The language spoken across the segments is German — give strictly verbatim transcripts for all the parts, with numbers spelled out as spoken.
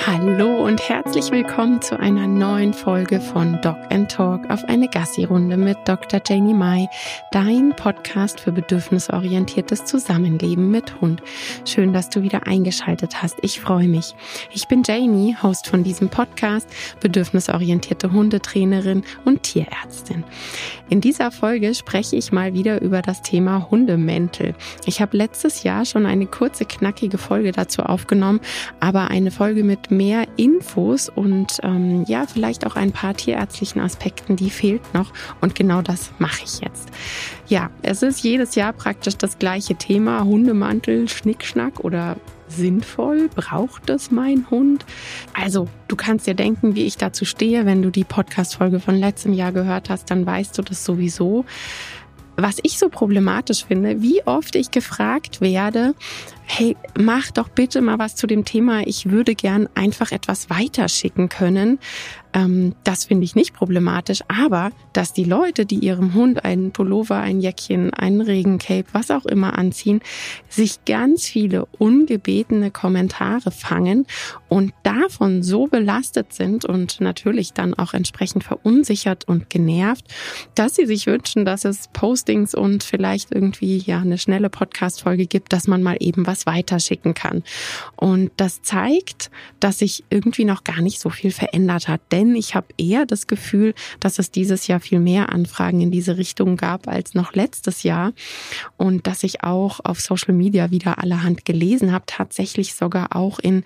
Hallo und herzlich willkommen zu einer neuen Folge von Dog and Talk auf eine Gassi-Runde mit Doktor Janie Mai, dein Podcast für bedürfnisorientiertes Zusammenleben mit Hund. Schön, dass du wieder eingeschaltet hast. Ich freue mich. Ich bin Janie, Host von diesem Podcast, bedürfnisorientierte Hundetrainerin und Tierärztin. In dieser Folge spreche ich mal wieder über das Thema Hundemäntel. Ich habe letztes Jahr schon eine kurze, knackige Folge dazu aufgenommen, aber eine Folge mit mehr Infos und ähm, ja, vielleicht auch ein paar tierärztlichen Aspekten, die fehlt noch und genau das mache ich jetzt. Ja, es ist jedes Jahr praktisch das gleiche Thema, Hundemantel, Schnickschnack oder sinnvoll, braucht es mein Hund? Also, du kannst dir denken, wie ich dazu stehe, wenn du die Podcast-Folge von letztem Jahr gehört hast, dann weißt du das sowieso. Was ich so problematisch finde, wie oft ich gefragt werde, hey, mach doch bitte mal was zu dem Thema, ich würde gern einfach etwas weiterschicken können. Ähm, das finde ich nicht problematisch, aber dass die Leute, die ihrem Hund einen Pullover, ein Jäckchen, einen Regencape, was auch immer anziehen, sich ganz viele ungebetene Kommentare fangen und davon so belastet sind und natürlich dann auch entsprechend verunsichert und genervt, dass sie sich wünschen, dass es Postings und vielleicht irgendwie ja eine schnelle Podcast-Folge gibt, dass man mal eben was weiterschicken kann. Und das zeigt, dass sich irgendwie noch gar nicht so viel verändert hat, denn ich habe eher das Gefühl, dass es dieses Jahr viel mehr Anfragen in diese Richtung gab als noch letztes Jahr und dass ich auch auf Social Media wieder allerhand gelesen habe, tatsächlich sogar auch in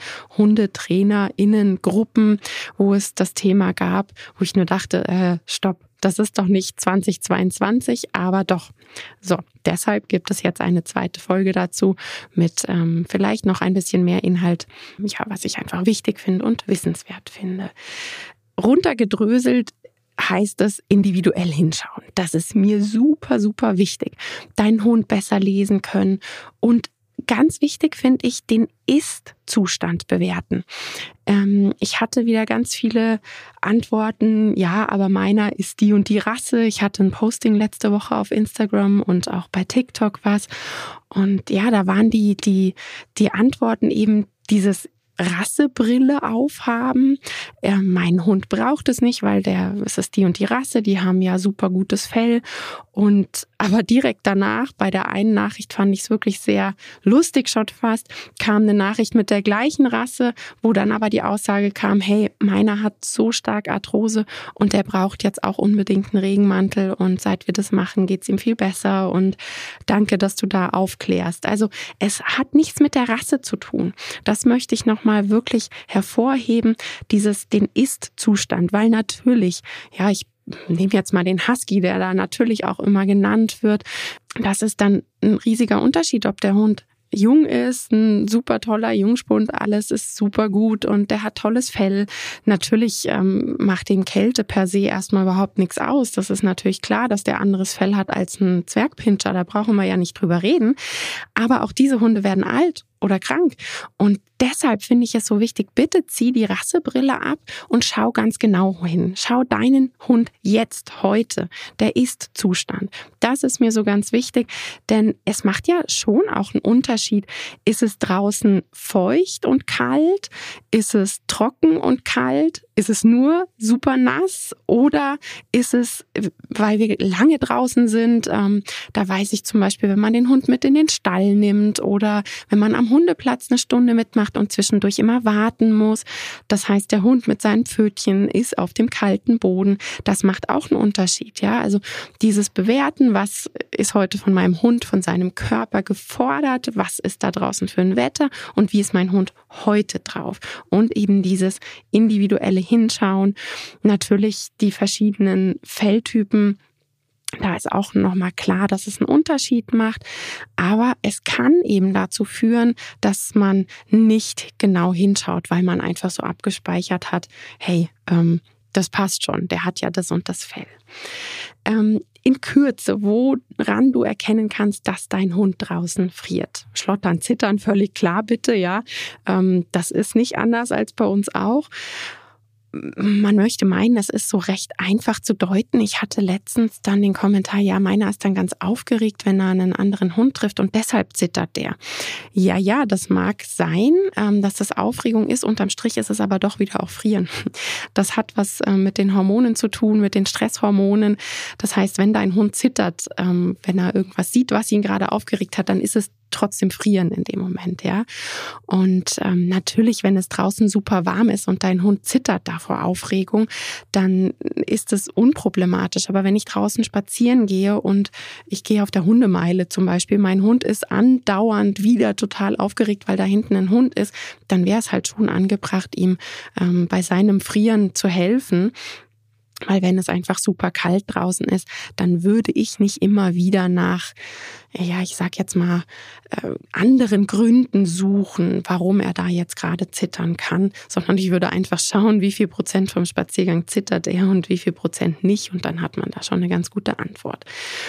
HundetrainerInnen-Gruppen, wo es das Thema gab, wo ich nur dachte, äh, stopp, das ist doch nicht zwanzig zweiundzwanzig, aber doch. So, deshalb gibt es jetzt eine zweite Folge dazu mit ähm, vielleicht noch ein bisschen mehr Inhalt, ja, was ich einfach wichtig finde und wissenswert finde. Runtergedröselt heißt es individuell hinschauen. Das ist mir super, super wichtig. Deinen Hund besser lesen können und ganz wichtig finde ich, den Ist-Zustand bewerten. Ähm, ich hatte wieder ganz viele Antworten, ja, aber meiner ist die und die Rasse. Ich hatte ein Posting letzte Woche auf Instagram und auch bei TikTok was. Und ja, da waren die, die, die Antworten eben dieses Rassebrille aufhaben. Äh, mein Hund braucht es nicht, weil der, es ist die und die Rasse, die haben ja super gutes Fell. Und aber direkt danach, bei der einen Nachricht fand ich es wirklich sehr lustig schon fast, kam eine Nachricht mit der gleichen Rasse, wo dann aber die Aussage kam, hey, meiner hat so stark Arthrose und der braucht jetzt auch unbedingt einen Regenmantel und seit wir das machen, geht's ihm viel besser und danke, dass du da aufklärst. Also es hat nichts mit der Rasse zu tun. Das möchte ich noch mal wirklich hervorheben, dieses den Ist-Zustand, weil natürlich, ja, ich nehme jetzt mal den Husky, der da natürlich auch immer genannt wird, das ist dann ein riesiger Unterschied, ob der Hund jung ist, ein super toller Jungspund, alles ist super gut und der hat tolles Fell. Natürlich ähm, macht dem Kälte per se erstmal überhaupt nichts aus. Das ist natürlich klar, dass der anderes Fell hat als ein Zwergpinscher, da brauchen wir ja nicht drüber reden. Aber auch diese Hunde werden alt oder krank. Und deshalb finde ich es so wichtig, bitte zieh die Rassebrille ab und schau ganz genau hin. Schau deinen Hund jetzt, heute. Der Ist-Zustand. Das ist mir so ganz wichtig, denn es macht ja schon auch einen Unterschied. Ist es draußen feucht und kalt? Ist es trocken und kalt? Ist es nur super nass? Oder ist es, weil wir lange draußen sind, ähm, da weiß ich zum Beispiel, wenn man den Hund mit in den Stall nimmt oder wenn man am Hundeplatz eine Stunde mitmacht und zwischendurch immer warten muss. Das heißt, der Hund mit seinen Pfötchen ist auf dem kalten Boden. Das macht auch einen Unterschied, ja. Also dieses Bewerten, was ist heute von meinem Hund, von seinem Körper gefordert? Was ist da draußen für ein Wetter? Und wie ist mein Hund heute drauf? Und eben dieses individuelle Hinschauen. Natürlich die verschiedenen Felltypen. Da ist auch nochmal klar, dass es einen Unterschied macht, aber es kann eben dazu führen, dass man nicht genau hinschaut, weil man einfach so abgespeichert hat, hey, ähm, das passt schon, der hat ja das und das Fell. Ähm, in Kürze, woran du erkennen kannst, dass dein Hund draußen friert. Schlottern, zittern, völlig klar bitte, ja. Ähm, das ist nicht anders als bei uns auch. man möchte meinen, es ist so recht einfach zu deuten. Ich hatte letztens dann den Kommentar, ja, meiner ist dann ganz aufgeregt, wenn er einen anderen Hund trifft und deshalb zittert der. Ja, ja, das mag sein, dass das Aufregung ist. Unterm Strich ist es aber doch wieder auch Frieren. Das hat was mit den Hormonen zu tun, mit den Stresshormonen. Das heißt, wenn dein Hund zittert, wenn er irgendwas sieht, was ihn gerade aufgeregt hat, dann ist es trotzdem Frieren in dem Moment, ja. Und ähm, natürlich, wenn es draußen super warm ist und dein Hund zittert da vor Aufregung, dann ist es unproblematisch. Aber wenn ich draußen spazieren gehe und ich gehe auf der Hundemeile zum Beispiel, mein Hund ist andauernd wieder total aufgeregt, weil da hinten ein Hund ist, dann wäre es halt schon angebracht, ihm ähm, bei seinem Frieren zu helfen. Weil wenn es einfach super kalt draußen ist, dann würde ich nicht immer wieder nach, ja, ich sag jetzt mal, äh, anderen Gründen suchen, warum er da jetzt gerade zittern kann, sondern ich würde einfach schauen, wie viel Prozent vom Spaziergang zittert er und wie viel Prozent nicht, und dann hat man da schon eine ganz gute Antwort.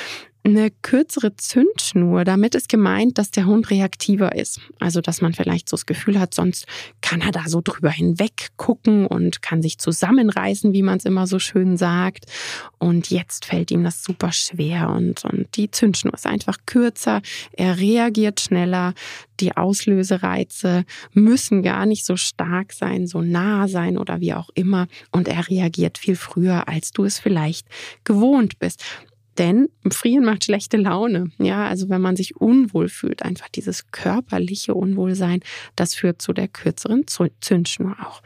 Eine kürzere Zündschnur, damit ist gemeint, dass der Hund reaktiver ist. Also, dass man vielleicht so das Gefühl hat, sonst kann er da so drüber hinweg gucken und kann sich zusammenreißen, wie man es immer so schön sagt. Und jetzt fällt ihm das super schwer und, und die Zündschnur ist einfach kürzer. Er reagiert schneller. Die Auslösereize müssen gar nicht so stark sein, so nah sein oder wie auch immer. Und er reagiert viel früher, als du es vielleicht gewohnt bist. Denn Frieren macht schlechte Laune. Ja, also wenn man sich unwohl fühlt, einfach dieses körperliche Unwohlsein, das führt zu der kürzeren Zündschnur auch.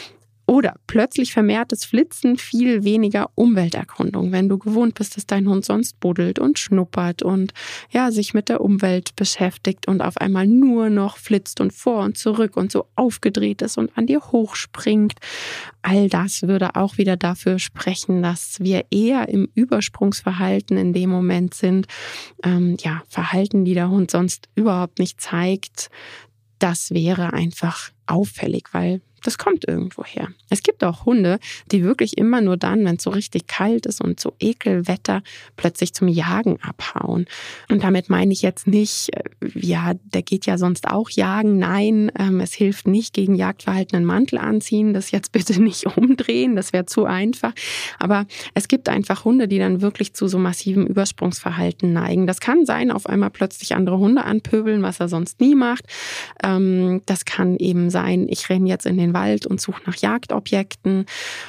Oder plötzlich vermehrtes Flitzen, viel weniger Umwelterkundung. Wenn du gewohnt bist, dass dein Hund sonst buddelt und schnuppert und ja, sich mit der Umwelt beschäftigt und auf einmal nur noch flitzt und vor und zurück und so aufgedreht ist und an dir hochspringt. All das würde auch wieder dafür sprechen, dass wir eher im Übersprungsverhalten in dem Moment sind. Ähm, ja, Verhalten, die der Hund sonst überhaupt nicht zeigt, das wäre einfach auffällig, weil das kommt irgendwo her. Es gibt auch Hunde, die wirklich immer nur dann, wenn es so richtig kalt ist und so Ekelwetter, plötzlich zum Jagen abhauen. Und damit meine ich jetzt nicht, ja, der geht ja sonst auch jagen. Nein, ähm, es hilft nicht gegen Jagdverhalten einen Mantel anziehen. Das jetzt bitte nicht umdrehen, das wäre zu einfach. Aber es gibt einfach Hunde, die dann wirklich zu so massivem Übersprungsverhalten neigen. Das kann sein, auf einmal plötzlich andere Hunde anpöbeln, was er sonst nie macht. Ähm, das kann eben sein, ich renne jetzt in den Wald und suche nach Jagdobjekten.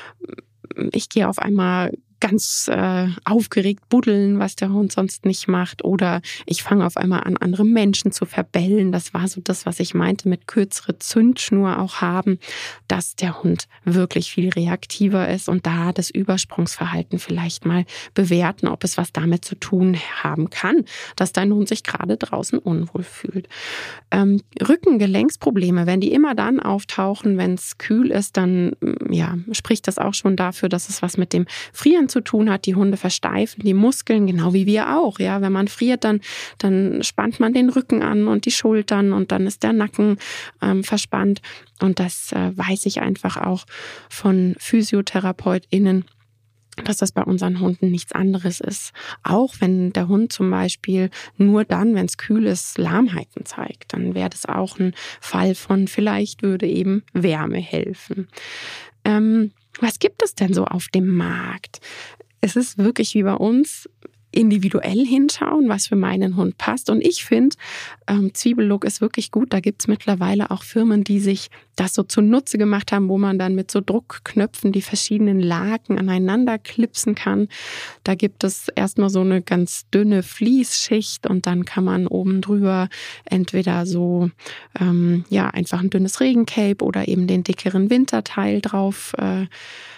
Ich gehe auf einmal ganz äh, aufgeregt buddeln, was der Hund sonst nicht macht. Oder ich fange auf einmal an, andere Menschen zu verbellen. Das war so das, was ich meinte mit kürzere Zündschnur auch haben, dass der Hund wirklich viel reaktiver ist und da das Übersprungsverhalten vielleicht mal bewerten, ob es was damit zu tun haben kann, dass dein Hund sich gerade draußen unwohl fühlt. Ähm, Rückengelenksprobleme, wenn die immer dann auftauchen, wenn es kühl ist, dann ja, spricht das auch schon dafür, dass es was mit dem Frieren zu tun hat. Die Hunde versteifen die Muskeln, genau wie wir auch. Ja, wenn man friert, dann, dann spannt man den Rücken an und die Schultern und dann ist der Nacken ähm, verspannt. Und das äh, weiß ich einfach auch von PhysiotherapeutInnen, dass das bei unseren Hunden nichts anderes ist. Auch wenn der Hund zum Beispiel nur dann, wenn es kühl ist, Lahmheiten zeigt, dann wäre das auch ein Fall von, vielleicht würde eben Wärme helfen. Ähm, was gibt es denn so auf dem Markt? Es ist wirklich wie bei uns, individuell hinschauen, was für meinen Hund passt. Und ich finde, ähm, Zwiebellook ist wirklich gut. Da gibt's mittlerweile auch Firmen, die sich das so zunutze gemacht haben, wo man dann mit so Druckknöpfen die verschiedenen Laken aneinander klipsen kann. Da gibt es erstmal so eine ganz dünne Fließschicht und dann kann man oben drüber entweder so ähm, ja einfach ein dünnes Regencape oder eben den dickeren Winterteil drauf, äh,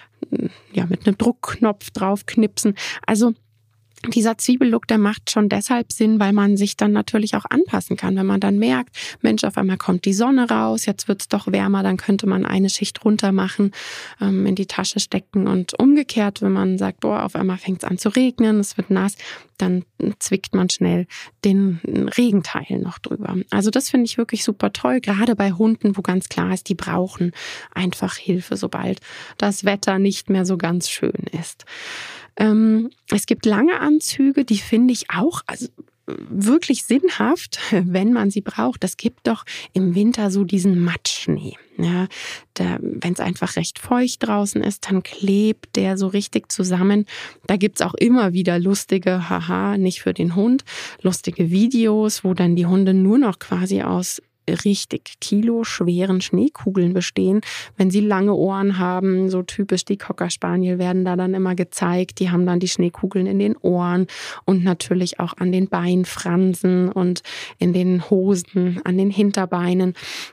ja mit einem Druckknopf draufknipsen. Also dieser Zwiebellook, der macht schon deshalb Sinn, weil man sich dann natürlich auch anpassen kann. Wenn man dann merkt, Mensch, auf einmal kommt die Sonne raus, jetzt wird's doch wärmer, dann könnte man eine Schicht runter machen, ähm, in die Tasche stecken und umgekehrt, wenn man sagt, boah, auf einmal fängt's an zu regnen, es wird nass, dann zwickt man schnell den Regenteil noch drüber. Also das finde ich wirklich super toll, gerade bei Hunden, wo ganz klar ist, die brauchen einfach Hilfe, sobald das Wetter nicht mehr so ganz schön ist. Ähm, es gibt lange Anzüge, die finde ich auch, also wirklich sinnhaft, wenn man sie braucht. Es gibt doch im Winter so diesen Matschschnee. Ja, wenn es einfach recht feucht draußen ist, dann klebt der so richtig zusammen. Da gibt's auch immer wieder lustige, haha, nicht für den Hund, lustige Videos, wo dann die Hunde nur noch quasi aus richtig kiloschweren Schneekugeln bestehen. Wenn sie lange Ohren haben, so typisch die Cocker Spaniel werden da dann immer gezeigt. Die haben dann die Schneekugeln in den Ohren und natürlich auch an den Beinfransen und in den Hosen, an den Hinterbeinen.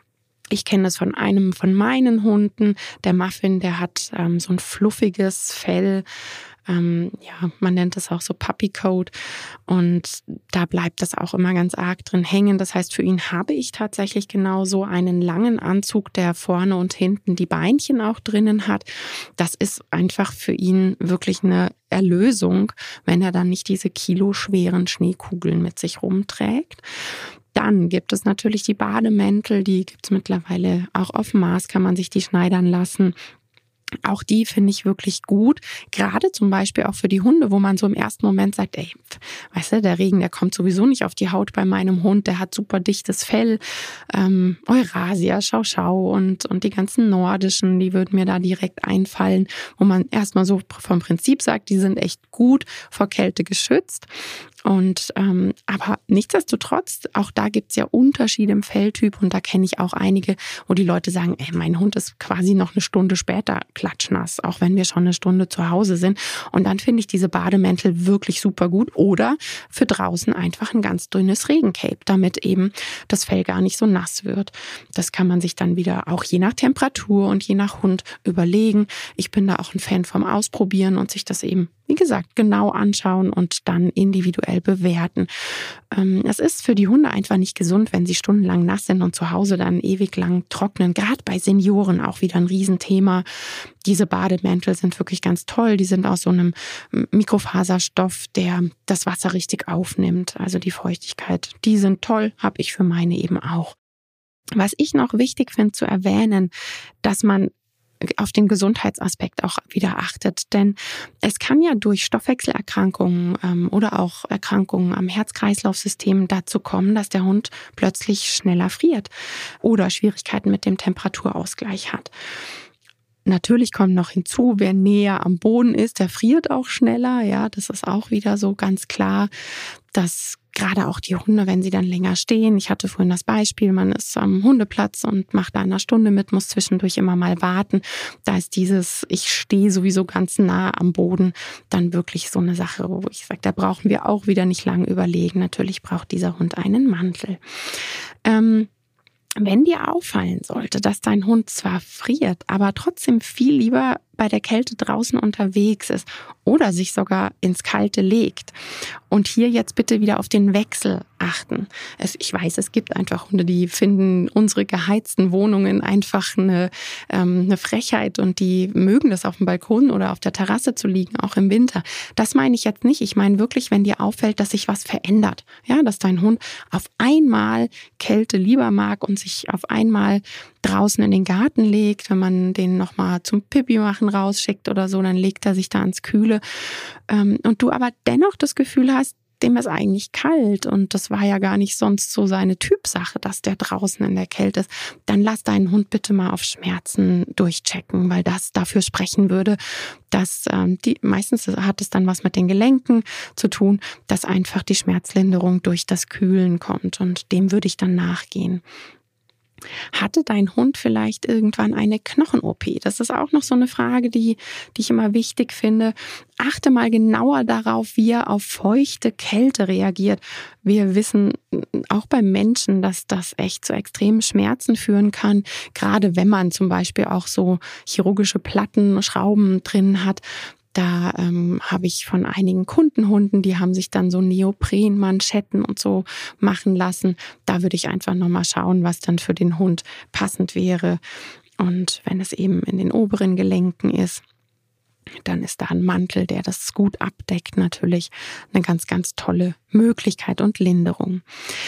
Ich kenne das von einem von meinen Hunden. Der Muffin, der hat ähm, so ein fluffiges Fell. Ähm, ja, man nennt es auch so Puppy Coat. Und da bleibt das auch immer ganz arg drin hängen. Das heißt, für ihn habe ich tatsächlich genau so einen langen Anzug, der vorne und hinten die Beinchen auch drinnen hat. Das ist einfach für ihn wirklich eine Erlösung, wenn er dann nicht diese kiloschweren Schneekugeln mit sich rumträgt. Dann gibt es natürlich die Bademäntel, die gibt es mittlerweile auch auf Maß, kann man sich die schneidern lassen. Auch die finde ich wirklich gut, gerade zum Beispiel auch für die Hunde, wo man so im ersten Moment sagt, ey, weißt du, der Regen, der kommt sowieso nicht auf die Haut bei meinem Hund, der hat super dichtes Fell, ähm, Eurasia, Schau Schau und, und die ganzen nordischen, die würden mir da direkt einfallen, wo man erstmal so vom Prinzip sagt, die sind echt gut vor Kälte geschützt. Und ähm, aber nichtsdestotrotz, auch da gibt's ja Unterschiede im Felltyp und da kenne ich auch einige, wo die Leute sagen, ey, mein Hund ist quasi noch eine Stunde später klatschnass, auch wenn wir schon eine Stunde zu Hause sind. Und dann finde ich diese Bademäntel wirklich super gut. Oder für draußen einfach ein ganz dünnes Regencape, damit eben das Fell gar nicht so nass wird. Das kann man sich dann wieder auch je nach Temperatur und je nach Hund überlegen. Ich bin da auch ein Fan vom Ausprobieren und sich das eben, wie gesagt, genau anschauen und dann individuell bewerten. Es ist für die Hunde einfach nicht gesund, wenn sie stundenlang nass sind und zu Hause dann ewig lang trocknen. Gerade bei Senioren auch wieder ein Riesenthema. Diese Bademäntel sind wirklich ganz toll. Die sind aus so einem Mikrofaserstoff, der das Wasser richtig aufnimmt, also die Feuchtigkeit. Die sind toll, habe ich für meine eben auch. Was ich noch wichtig finde zu erwähnen, dass man auf den Gesundheitsaspekt auch wieder achtet. Denn es kann ja durch Stoffwechselerkrankungen ähm, oder auch Erkrankungen am Herz-Kreislauf-System dazu kommen, dass der Hund plötzlich schneller friert oder Schwierigkeiten mit dem Temperaturausgleich hat. Natürlich kommt noch hinzu, wer näher am Boden ist, der friert auch schneller. Ja, das ist auch wieder so ganz klar, dass gerade auch die Hunde, wenn sie dann länger stehen, ich hatte vorhin das Beispiel, man ist am Hundeplatz und macht da eine Stunde mit, muss zwischendurch immer mal warten. Da ist dieses, ich stehe sowieso ganz nah am Boden, dann wirklich so eine Sache, wo ich sage, da brauchen wir auch wieder nicht lange überlegen. Natürlich braucht dieser Hund einen Mantel. Ähm, Wenn dir auffallen sollte, dass dein Hund zwar friert, aber trotzdem viel lieber bei der Kälte draußen unterwegs ist oder sich sogar ins Kalte legt. Und hier jetzt bitte wieder auf den Wechsel achten. Es, ich weiß, es gibt einfach Hunde, die finden unsere geheizten Wohnungen einfach eine, ähm, eine Frechheit und die mögen das auf dem Balkon oder auf der Terrasse zu liegen, auch im Winter. Das meine ich jetzt nicht. Ich meine wirklich, wenn dir auffällt, dass sich was verändert. Ja, dass dein Hund auf einmal Kälte lieber mag und sich auf einmal draußen in den Garten legt, wenn man den nochmal zum Pipi machen rausschickt oder so, dann legt er sich da ins Kühle. Und du aber dennoch das Gefühl hast, dem ist eigentlich kalt und das war ja gar nicht sonst so seine Typsache, dass der draußen in der Kälte ist, dann lass deinen Hund bitte mal auf Schmerzen durchchecken, weil das dafür sprechen würde, dass ähm, die meistens hat es dann was mit den Gelenken zu tun, dass einfach die Schmerzlinderung durch das Kühlen kommt und dem würde ich dann nachgehen. Hatte dein Hund vielleicht irgendwann eine Knochen-O P? Das ist auch noch so eine Frage, die, die ich immer wichtig finde. Achte mal genauer darauf, wie er auf feuchte Kälte reagiert. Wir wissen auch beim Menschen, dass das echt zu extremen Schmerzen führen kann. Gerade wenn man zum Beispiel auch so chirurgische Platten, Schrauben drin hat. Da ähm, habe ich von einigen Kundenhunden, die haben sich dann so Neoprenmanschetten und so machen lassen. Da würde ich einfach nochmal schauen, was dann für den Hund passend wäre. Und wenn es eben in den oberen Gelenken ist, dann ist da ein Mantel, der das gut abdeckt, natürlich eine ganz, ganz tolle Möglichkeit und Linderung.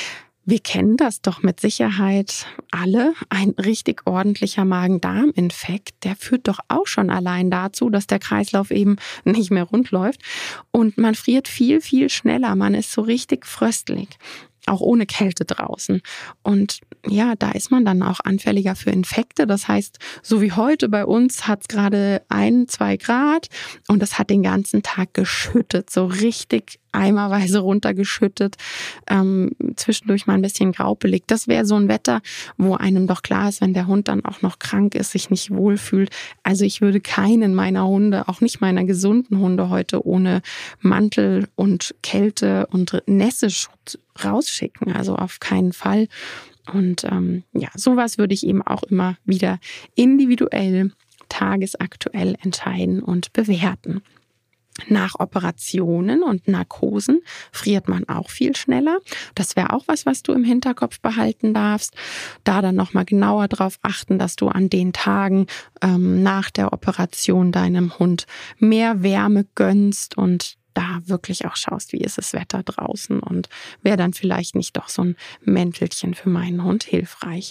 Wir kennen das doch mit Sicherheit alle. Ein richtig ordentlicher Magen-Darm-Infekt, der führt doch auch schon allein dazu, dass der Kreislauf eben nicht mehr rund läuft. Und man friert viel, viel schneller. Man ist so richtig fröstelig. Auch ohne Kälte draußen. Und ja, da ist man dann auch anfälliger für Infekte. Das heißt, so wie heute bei uns hat es gerade ein, zwei Grad und es hat den ganzen Tag geschüttet, so richtig eimerweise runtergeschüttet, ähm, zwischendurch mal ein bisschen graupelig. Das wäre so ein Wetter, wo einem doch klar ist, wenn der Hund dann auch noch krank ist, sich nicht wohlfühlt. Also ich würde keinen meiner Hunde, auch nicht meiner gesunden Hunde heute ohne Mantel und Kälte und Nässeschutz rausschicken. Also auf keinen Fall. Und ähm, ja, sowas würde ich eben auch immer wieder individuell, tagesaktuell entscheiden und bewerten. Nach Operationen und Narkosen friert man auch viel schneller. Das wäre auch was, was du im Hinterkopf behalten darfst. Da dann nochmal genauer drauf achten, dass du an den Tagen ähm, nach der Operation deinem Hund mehr Wärme gönnst und da wirklich auch schaust, wie ist das Wetter draußen und wäre dann vielleicht nicht doch so ein Mäntelchen für meinen Hund hilfreich.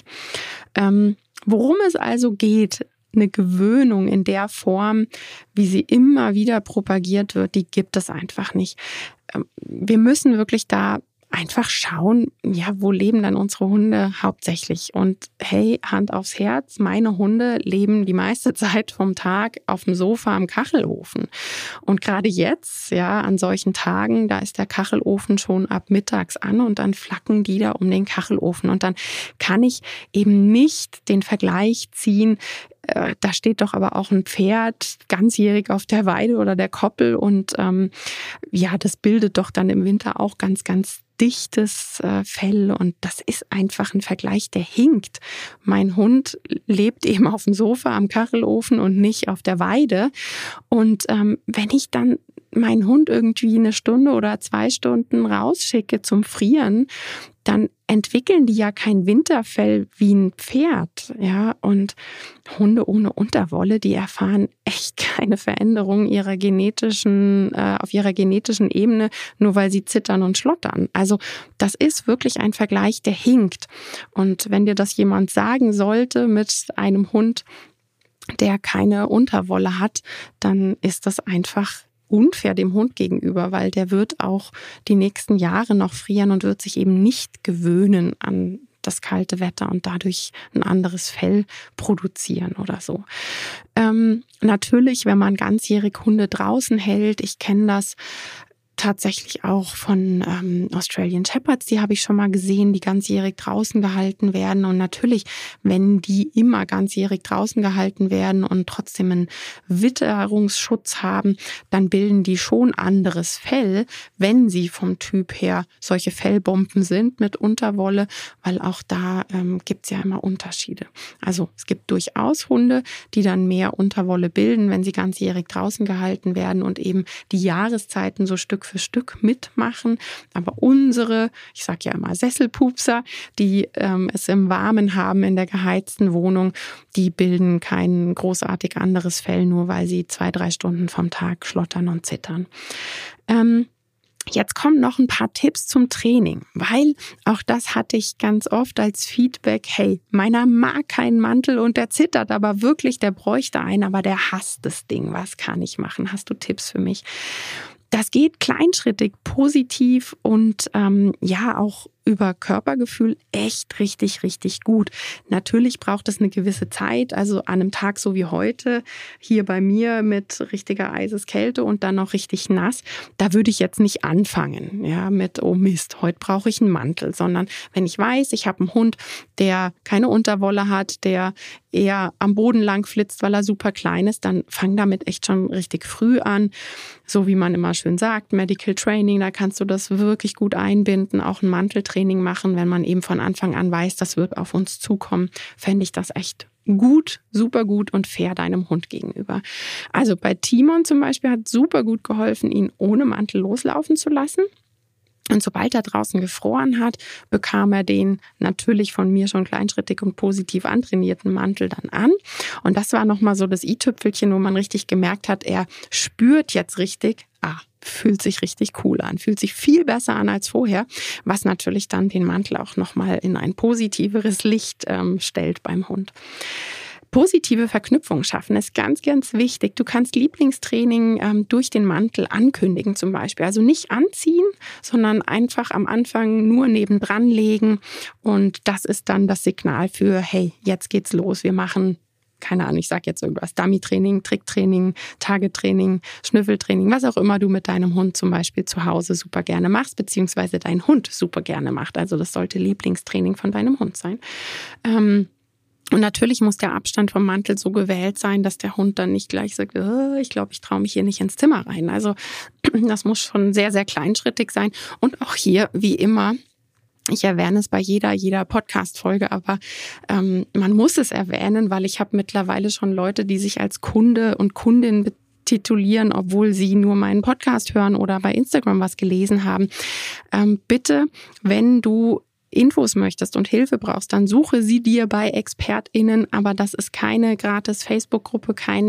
Ähm, worum es also geht, eine Gewöhnung in der Form, wie sie immer wieder propagiert wird, die gibt es einfach nicht. Wir müssen wirklich da einfach schauen, ja, wo leben dann unsere Hunde hauptsächlich? Und hey, Hand aufs Herz, meine Hunde leben die meiste Zeit vom Tag auf dem Sofa am Kachelofen. Und gerade jetzt, ja, an solchen Tagen, da ist der Kachelofen schon ab mittags an und dann flacken die da um den Kachelofen. Und dann kann ich eben nicht den Vergleich ziehen, da steht doch aber auch ein Pferd ganzjährig auf der Weide oder der Koppel und ähm, ja, das bildet doch dann im Winter auch ganz, ganz dichtes äh, Fell und das ist einfach ein Vergleich, der hinkt. Mein Hund lebt eben auf dem Sofa am Kachelofen und nicht auf der Weide und ähm, wenn ich dann meinen Hund irgendwie eine Stunde oder zwei Stunden rausschicke zum Frieren, dann entwickeln die ja kein Winterfell wie ein Pferd, ja, und Hunde ohne Unterwolle, die erfahren echt keine Veränderung ihrer genetischen, äh, auf ihrer genetischen Ebene, nur weil sie zittern und schlottern. Also das ist wirklich ein Vergleich, der hinkt. Und wenn dir das jemand sagen sollte mit einem Hund, der keine Unterwolle hat, dann ist das einfach unfair dem Hund gegenüber, weil der wird auch die nächsten Jahre noch frieren und wird sich eben nicht gewöhnen an das kalte Wetter und dadurch ein anderes Fell produzieren oder so. Ähm, natürlich, wenn man ganzjährig Hunde draußen hält, ich kenne das tatsächlich auch von ähm, Australian Shepherds, die habe ich schon mal gesehen, die ganzjährig draußen gehalten werden. Und natürlich, wenn die immer ganzjährig draußen gehalten werden und trotzdem einen Witterungsschutz haben, dann bilden die schon anderes Fell, wenn sie vom Typ her solche Fellbomben sind mit Unterwolle, weil auch da ähm, gibt es ja immer Unterschiede. Also es gibt durchaus Hunde, die dann mehr Unterwolle bilden, wenn sie ganzjährig draußen gehalten werden und eben die Jahreszeiten so Stück für Stück mitmachen. Aber unsere, ich sage ja immer Sesselpupser, die ähm, es im Warmen haben in der geheizten Wohnung, die bilden kein großartig anderes Fell, nur weil sie zwei, drei Stunden vom Tag schlottern und zittern. Ähm, Jetzt kommen noch ein paar Tipps zum Training, weil auch das hatte ich ganz oft als Feedback, hey, meiner mag keinen Mantel und der zittert aber wirklich, der bräuchte einen, aber der hasst das Ding. Was kann ich machen? Hast du Tipps für mich? Das geht kleinschrittig, positiv und ähm, ja auch über Körpergefühl echt richtig, richtig gut. Natürlich braucht es eine gewisse Zeit, also an einem Tag so wie heute, hier bei mir mit richtiger Eiseskälte und dann noch richtig nass, da würde ich jetzt nicht anfangen, ja, mit, oh Mist, heute brauche ich einen Mantel, sondern wenn ich weiß, ich habe einen Hund, der keine Unterwolle hat, der eher am Boden lang flitzt, weil er super klein ist, dann fang damit echt schon richtig früh an. So wie man immer schön sagt, Medical Training, da kannst du das wirklich gut einbinden, auch ein Manteltraining machen, wenn man eben von Anfang an weiß, das wird auf uns zukommen, fände ich das echt gut, super gut und fair deinem Hund gegenüber. Also bei Timon zum Beispiel hat super gut geholfen, ihn ohne Mantel loslaufen zu lassen. Und sobald er draußen gefroren hat, bekam er den natürlich von mir schon kleinschrittig und positiv antrainierten Mantel dann an. Und das war nochmal so das i-Tüpfelchen, wo man richtig gemerkt hat, er spürt jetzt richtig, ah, fühlt sich richtig cool an, fühlt sich viel besser an als vorher, was natürlich dann den Mantel auch nochmal in ein positiveres Licht ähm, stellt beim Hund. Positive Verknüpfung schaffen ist ganz, ganz wichtig. Du kannst Lieblingstraining ähm, durch den Mantel ankündigen zum Beispiel. Also nicht anziehen, sondern einfach am Anfang nur nebendran legen. Und das ist dann das Signal für, hey, jetzt geht's los. Wir machen, keine Ahnung, ich sage jetzt irgendwas, Dummy-Training, Tricktraining, Tagetraining, Schnüffeltraining, was auch immer du mit deinem Hund zum Beispiel zu Hause super gerne machst, beziehungsweise dein Hund super gerne macht. Also das sollte Lieblingstraining von deinem Hund sein. Ähm, Und natürlich muss der Abstand vom Mantel so gewählt sein, dass der Hund dann nicht gleich sagt, oh, ich glaube, ich traue mich hier nicht ins Zimmer rein. Also das muss schon sehr, sehr kleinschrittig sein. Und auch hier, wie immer, ich erwähne es bei jeder, jeder Podcast-Folge, aber ähm, man muss es erwähnen, weil ich habe mittlerweile schon Leute, die sich als Kunde und Kundin betitulieren, obwohl sie nur meinen Podcast hören oder bei Instagram was gelesen haben. Ähm, bitte, wenn du Infos möchtest und Hilfe brauchst, dann suche sie dir bei ExpertInnen, aber das ist keine gratis Facebook-Gruppe, kein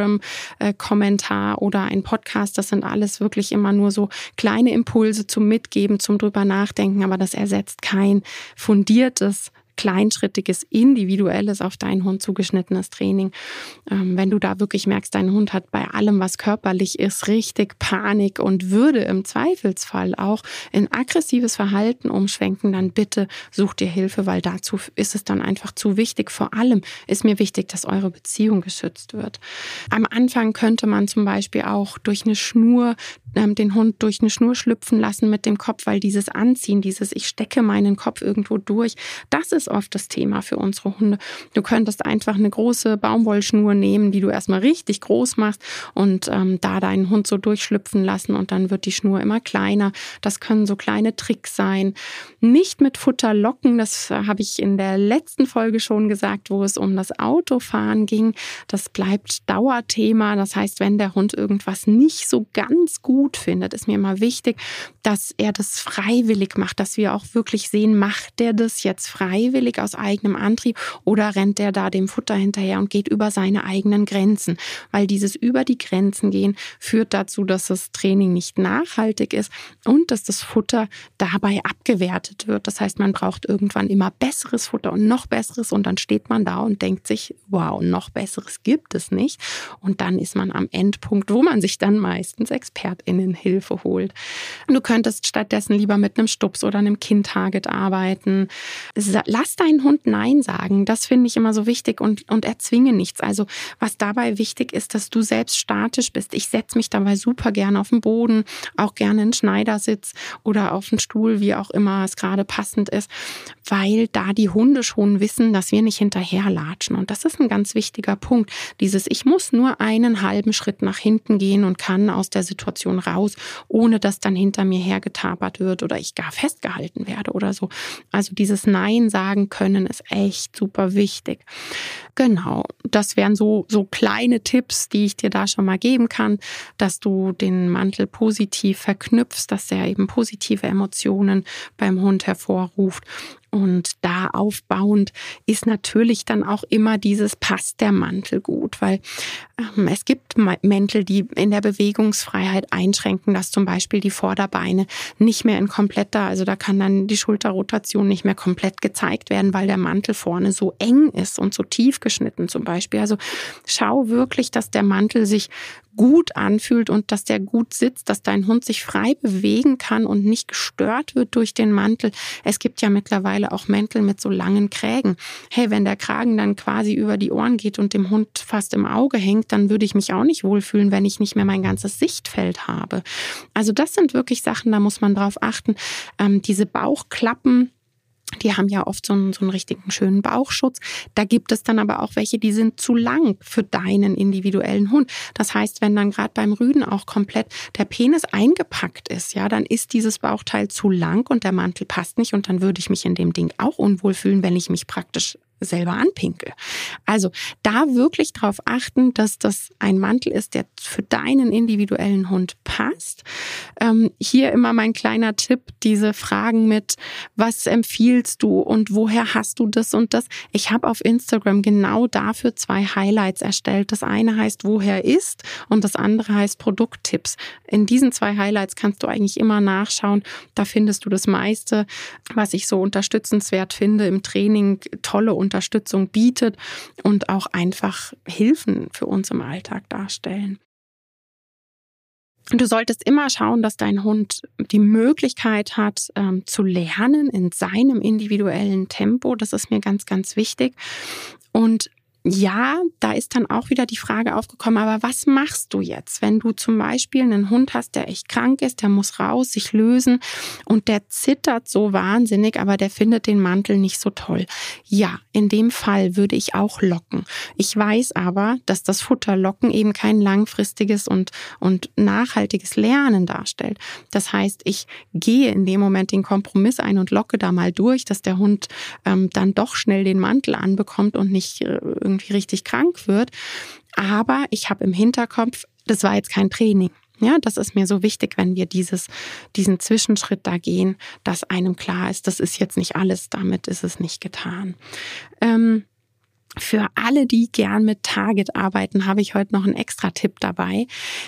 Instagram-Kommentar oder ein Podcast. Das sind alles wirklich immer nur so kleine Impulse zum Mitgeben, zum drüber nachdenken, aber das ersetzt kein fundiertes, kleinschrittiges, individuelles, auf deinen Hund zugeschnittenes Training. Ähm, wenn du da wirklich merkst, dein Hund hat bei allem, was körperlich ist, richtig Panik und würde im Zweifelsfall auch in aggressives Verhalten umschwenken, dann bitte such dir Hilfe, weil dazu ist es dann einfach zu wichtig. Vor allem ist mir wichtig, dass eure Beziehung geschützt wird. Am Anfang könnte man zum Beispiel auch durch eine Schnur ähm, den Hund durch eine Schnur schlüpfen lassen mit dem Kopf, weil dieses Anziehen, dieses ich stecke meinen Kopf irgendwo durch, das ist oft das Thema für unsere Hunde. Du könntest einfach eine große Baumwollschnur nehmen, die du erstmal richtig groß machst und ähm, da deinen Hund so durchschlüpfen lassen und dann wird die Schnur immer kleiner. Das können so kleine Tricks sein. Nicht mit Futter locken, das äh, habe ich in der letzten Folge schon gesagt, wo es um das Autofahren ging. Das bleibt Dauerthema. Das heißt, wenn der Hund irgendwas nicht so ganz gut findet, ist mir immer wichtig, dass er das freiwillig macht, dass wir auch wirklich sehen, macht der das jetzt freiwillig aus eigenem Antrieb oder rennt der da dem Futter hinterher und geht über seine eigenen Grenzen? Weil dieses über die Grenzen gehen führt dazu, dass das Training nicht nachhaltig ist und dass das Futter dabei abgewertet wird. Das heißt, man braucht irgendwann immer besseres Futter und noch besseres und dann steht man da und denkt sich, wow, noch besseres gibt es nicht. Und dann ist man am Endpunkt, wo man sich dann meistens ExpertInnen-Hilfe holt. Du könntest stattdessen lieber mit einem Stups oder einem Kind-Target arbeiten. Lass deinen Hund Nein sagen. Das finde ich immer so wichtig und, und erzwinge nichts. Also was dabei wichtig ist, dass du selbst statisch bist. Ich setze mich dabei super gerne auf den Boden, auch gerne in Schneidersitz oder auf den Stuhl, wie auch immer es gerade passend ist, weil da die Hunde schon wissen, dass wir nicht hinterherlatschen. Und das ist ein ganz wichtiger Punkt. Dieses, ich muss nur einen halben Schritt nach hinten gehen und kann aus der Situation raus, ohne dass dann hinter mir hergetapert wird oder ich gar festgehalten werde oder so. Also dieses Nein sagen können ist echt super wichtig. Genau, das wären so, so kleine Tipps, die ich dir da schon mal geben kann, dass du den Mantel positiv verknüpfst, dass er eben positive Emotionen beim Hund hervorruft. Und da aufbauend ist natürlich dann auch immer dieses, passt der Mantel gut, weil ähm, es gibt Mäntel, die in der Bewegungsfreiheit einschränken, dass zum Beispiel die Vorderbeine nicht mehr in kompletter, also da kann dann die Schulterrotation nicht mehr komplett gezeigt werden, weil der Mantel vorne so eng ist und so tief geschnitten zum Beispiel. Also schau wirklich, dass der Mantel sich gut anfühlt und dass der gut sitzt, dass dein Hund sich frei bewegen kann und nicht gestört wird durch den Mantel. Es gibt ja mittlerweile auch Mäntel mit so langen Krägen. Hey, wenn der Kragen dann quasi über die Ohren geht und dem Hund fast im Auge hängt, dann würde ich mich auch nicht wohlfühlen, wenn ich nicht mehr mein ganzes Sichtfeld habe. Also das sind wirklich Sachen, da muss man drauf achten. Ähm, diese Bauchklappen, die haben ja oft so einen, so einen richtigen schönen Bauchschutz. Da gibt es dann aber auch welche, die sind zu lang für deinen individuellen Hund. Das heißt, wenn dann gerade beim Rüden auch komplett der Penis eingepackt ist, ja, dann ist dieses Bauchteil zu lang und der Mantel passt nicht und dann würde ich mich in dem Ding auch unwohl fühlen, wenn ich mich praktisch selber anpinkel. Also da wirklich darauf achten, dass das ein Mantel ist, der für deinen individuellen Hund passt. Ähm, hier immer mein kleiner Tipp, diese Fragen mit, was empfiehlst du und woher hast du das und das? Ich habe auf Instagram genau dafür zwei Highlights erstellt. Das eine heißt, woher ist, und das andere heißt Produkttipps. In diesen zwei Highlights kannst du eigentlich immer nachschauen. Da findest du das meiste, was ich so unterstützenswert finde im Training, tolle Unterstützung bietet und auch einfach Hilfen für uns im Alltag darstellen. Du solltest immer schauen, dass dein Hund die Möglichkeit hat, ähm, zu lernen in seinem individuellen Tempo. Das ist mir ganz, ganz wichtig. Und ja, da ist dann auch wieder die Frage aufgekommen, aber was machst du jetzt, wenn du zum Beispiel einen Hund hast, der echt krank ist, der muss raus, sich lösen und der zittert so wahnsinnig, aber der findet den Mantel nicht so toll. Ja, in dem Fall würde ich auch locken. Ich weiß aber, dass das Futterlocken eben kein langfristiges und, und nachhaltiges Lernen darstellt. Das heißt, ich gehe in dem Moment den Kompromiss ein und locke da mal durch, dass der Hund ähm, dann doch schnell den Mantel anbekommt und nicht äh, irgendwie richtig krank wird. Aber ich habe im Hinterkopf, das war jetzt kein Training. Ja, das ist mir so wichtig, wenn wir dieses, diesen Zwischenschritt da gehen, dass einem klar ist, das ist jetzt nicht alles, damit ist es nicht getan. Ähm, Für alle, die gern mit Target arbeiten, habe ich heute noch einen extra Tipp dabei.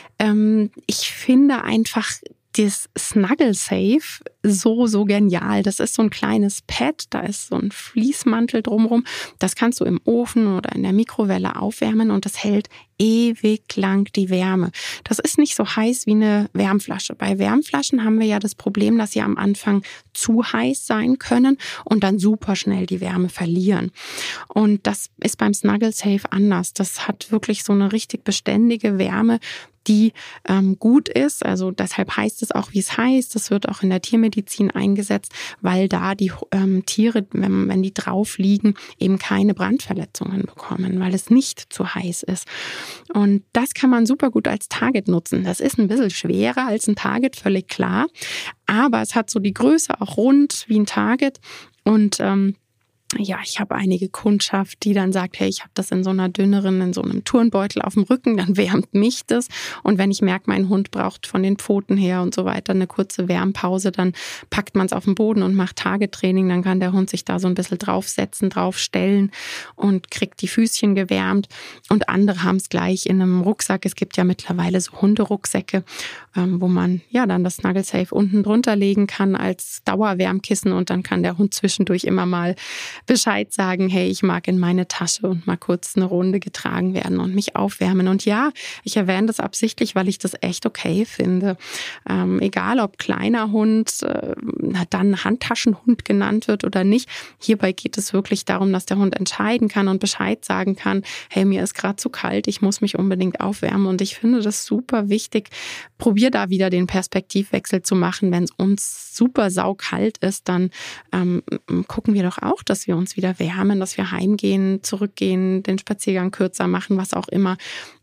Ähm, ich finde einfach das Snuggle Safe so, so genial. Das ist so ein kleines Pad, da ist so ein Fließmantel drumherum. Das kannst du im Ofen oder in der Mikrowelle aufwärmen und das hält ewig lang die Wärme. Das ist nicht so heiß wie eine Wärmflasche. Bei Wärmflaschen haben wir ja das Problem, dass sie am Anfang zu heiß sein können und dann super schnell die Wärme verlieren. Und das ist beim Snuggle Safe anders. Das hat wirklich so eine richtig beständige Wärme, die ähm, gut ist. Also deshalb heißt es auch, wie es heißt. Das wird auch in der Tiermedizin eingesetzt, weil da die ähm, Tiere, wenn, wenn die drauf liegen, eben keine Brandverletzungen bekommen, weil es nicht zu heiß ist. Und das kann man super gut als Target nutzen. Das ist ein bisschen schwerer als ein Target, völlig klar. Aber es hat so die Größe auch rund wie ein Target und ähm, ja, ich habe einige Kundschaft, die dann sagt, hey, ich habe das in so einer dünneren, in so einem Turnbeutel auf dem Rücken, dann wärmt mich das. Und wenn ich merke, mein Hund braucht von den Pfoten her und so weiter eine kurze Wärmpause, dann packt man es auf den Boden und macht Target-Training. Dann kann der Hund sich da so ein bisschen draufsetzen, draufstellen und kriegt die Füßchen gewärmt. Und andere haben es gleich in einem Rucksack. Es gibt ja mittlerweile so Hunderucksäcke, wo man ja dann das Snuggle Safe unten drunter legen kann als Dauerwärmkissen und dann kann der Hund zwischendurch immer mal Bescheid sagen, hey, ich mag in meine Tasche und mal kurz eine Runde getragen werden und mich aufwärmen. Und ja, ich erwähne das absichtlich, weil ich das echt okay finde. Ähm, egal, ob kleiner Hund, äh, dann Handtaschenhund genannt wird oder nicht. Hierbei geht es wirklich darum, dass der Hund entscheiden kann und Bescheid sagen kann, hey, mir ist gerade zu kalt, ich muss mich unbedingt aufwärmen. Und ich finde das super wichtig. Probier da wieder den Perspektivwechsel zu machen. Wenn es uns super saukalt ist, dann ähm, gucken wir doch auch, dass wir uns wieder wärmen, dass wir heimgehen, zurückgehen, den Spaziergang kürzer machen, was auch immer.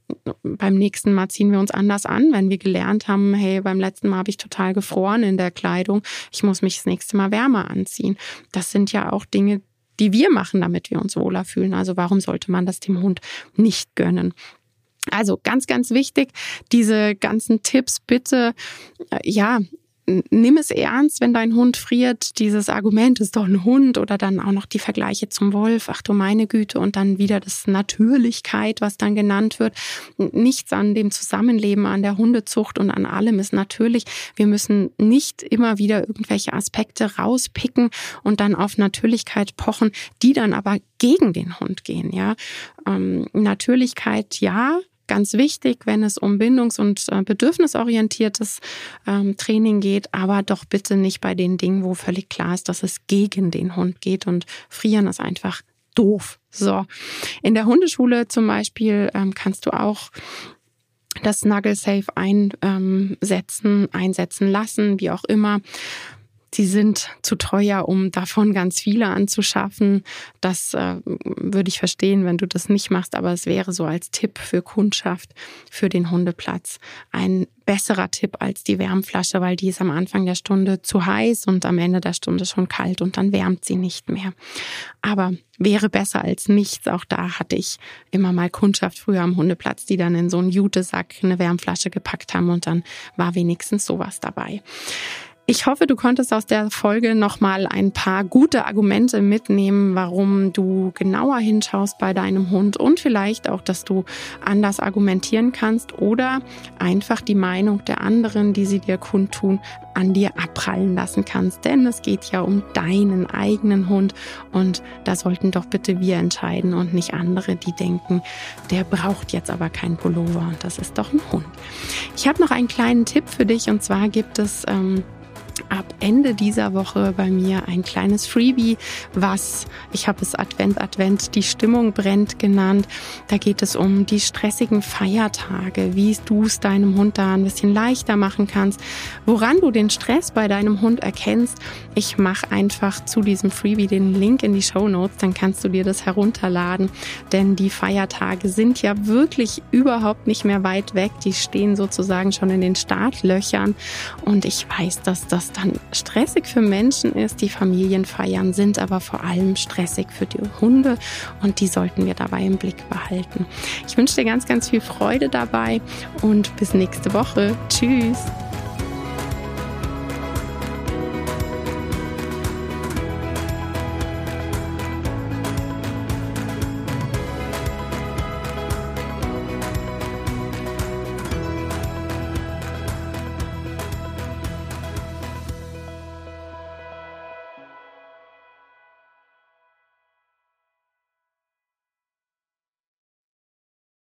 Beim nächsten Mal ziehen wir uns anders an, wenn wir gelernt haben, hey, beim letzten Mal habe ich total gefroren in der Kleidung, ich muss mich das nächste Mal wärmer anziehen. Das sind ja auch Dinge, die wir machen, damit wir uns wohler fühlen. Also warum sollte man das dem Hund nicht gönnen? Also ganz, ganz wichtig, diese ganzen Tipps bitte, ja, nimm es ernst, wenn dein Hund friert. Dieses Argument ist doch ein Hund oder dann auch noch die Vergleiche zum Wolf. Ach du meine Güte. Und dann wieder das Natürlichkeit, was dann genannt wird. Nichts an dem Zusammenleben, an der Hundezucht und an allem ist natürlich. Wir müssen nicht immer wieder irgendwelche Aspekte rauspicken und dann auf Natürlichkeit pochen, die dann aber gegen den Hund gehen. Ja, ähm, Natürlichkeit, ja. Ganz wichtig, wenn es um bindungs- und bedürfnisorientiertes ähm, Training geht, aber doch bitte nicht bei den Dingen, wo völlig klar ist, dass es gegen den Hund geht und frieren ist einfach doof. So, in der Hundeschule zum Beispiel ähm, kannst du auch das Snuggle Safe einsetzen, einsetzen lassen, wie auch immer. Sie sind zu teuer, um davon ganz viele anzuschaffen. Das äh, würde ich verstehen, wenn du das nicht machst, aber es wäre so als Tipp für Kundschaft für den Hundeplatz ein besserer Tipp als die Wärmflasche, weil die ist am Anfang der Stunde zu heiß und am Ende der Stunde schon kalt und dann wärmt sie nicht mehr. Aber wäre besser als nichts. Auch da hatte ich immer mal Kundschaft früher am Hundeplatz, die dann in so einen Jutesack eine Wärmflasche gepackt haben und dann war wenigstens sowas dabei. Ich hoffe, du konntest aus der Folge nochmal ein paar gute Argumente mitnehmen, warum du genauer hinschaust bei deinem Hund und vielleicht auch, dass du anders argumentieren kannst oder einfach die Meinung der anderen, die sie dir kundtun, an dir abprallen lassen kannst. Denn es geht ja um deinen eigenen Hund und da sollten doch bitte wir entscheiden und nicht andere, die denken, der braucht jetzt aber keinen Pullover und das ist doch ein Hund. Ich habe noch einen kleinen Tipp für dich und zwar gibt es ähm, ab Ende dieser Woche bei mir ein kleines Freebie, was, ich habe es Advent, Advent, die Stimmung brennt genannt. Da geht es um die stressigen Feiertage, wie du es deinem Hund da ein bisschen leichter machen kannst, woran du den Stress bei deinem Hund erkennst. Ich mache einfach zu diesem Freebie den Link in die Shownotes, dann kannst du dir das herunterladen, denn die Feiertage sind ja wirklich überhaupt nicht mehr weit weg. Die stehen sozusagen schon in den Startlöchern und ich weiß, dass das dann stressig für Menschen ist. Die Familienfeiern sind aber vor allem stressig für die Hunde und die sollten wir dabei im Blick behalten. Ich wünsche dir ganz, ganz viel Freude dabei und bis nächste Woche. Tschüss!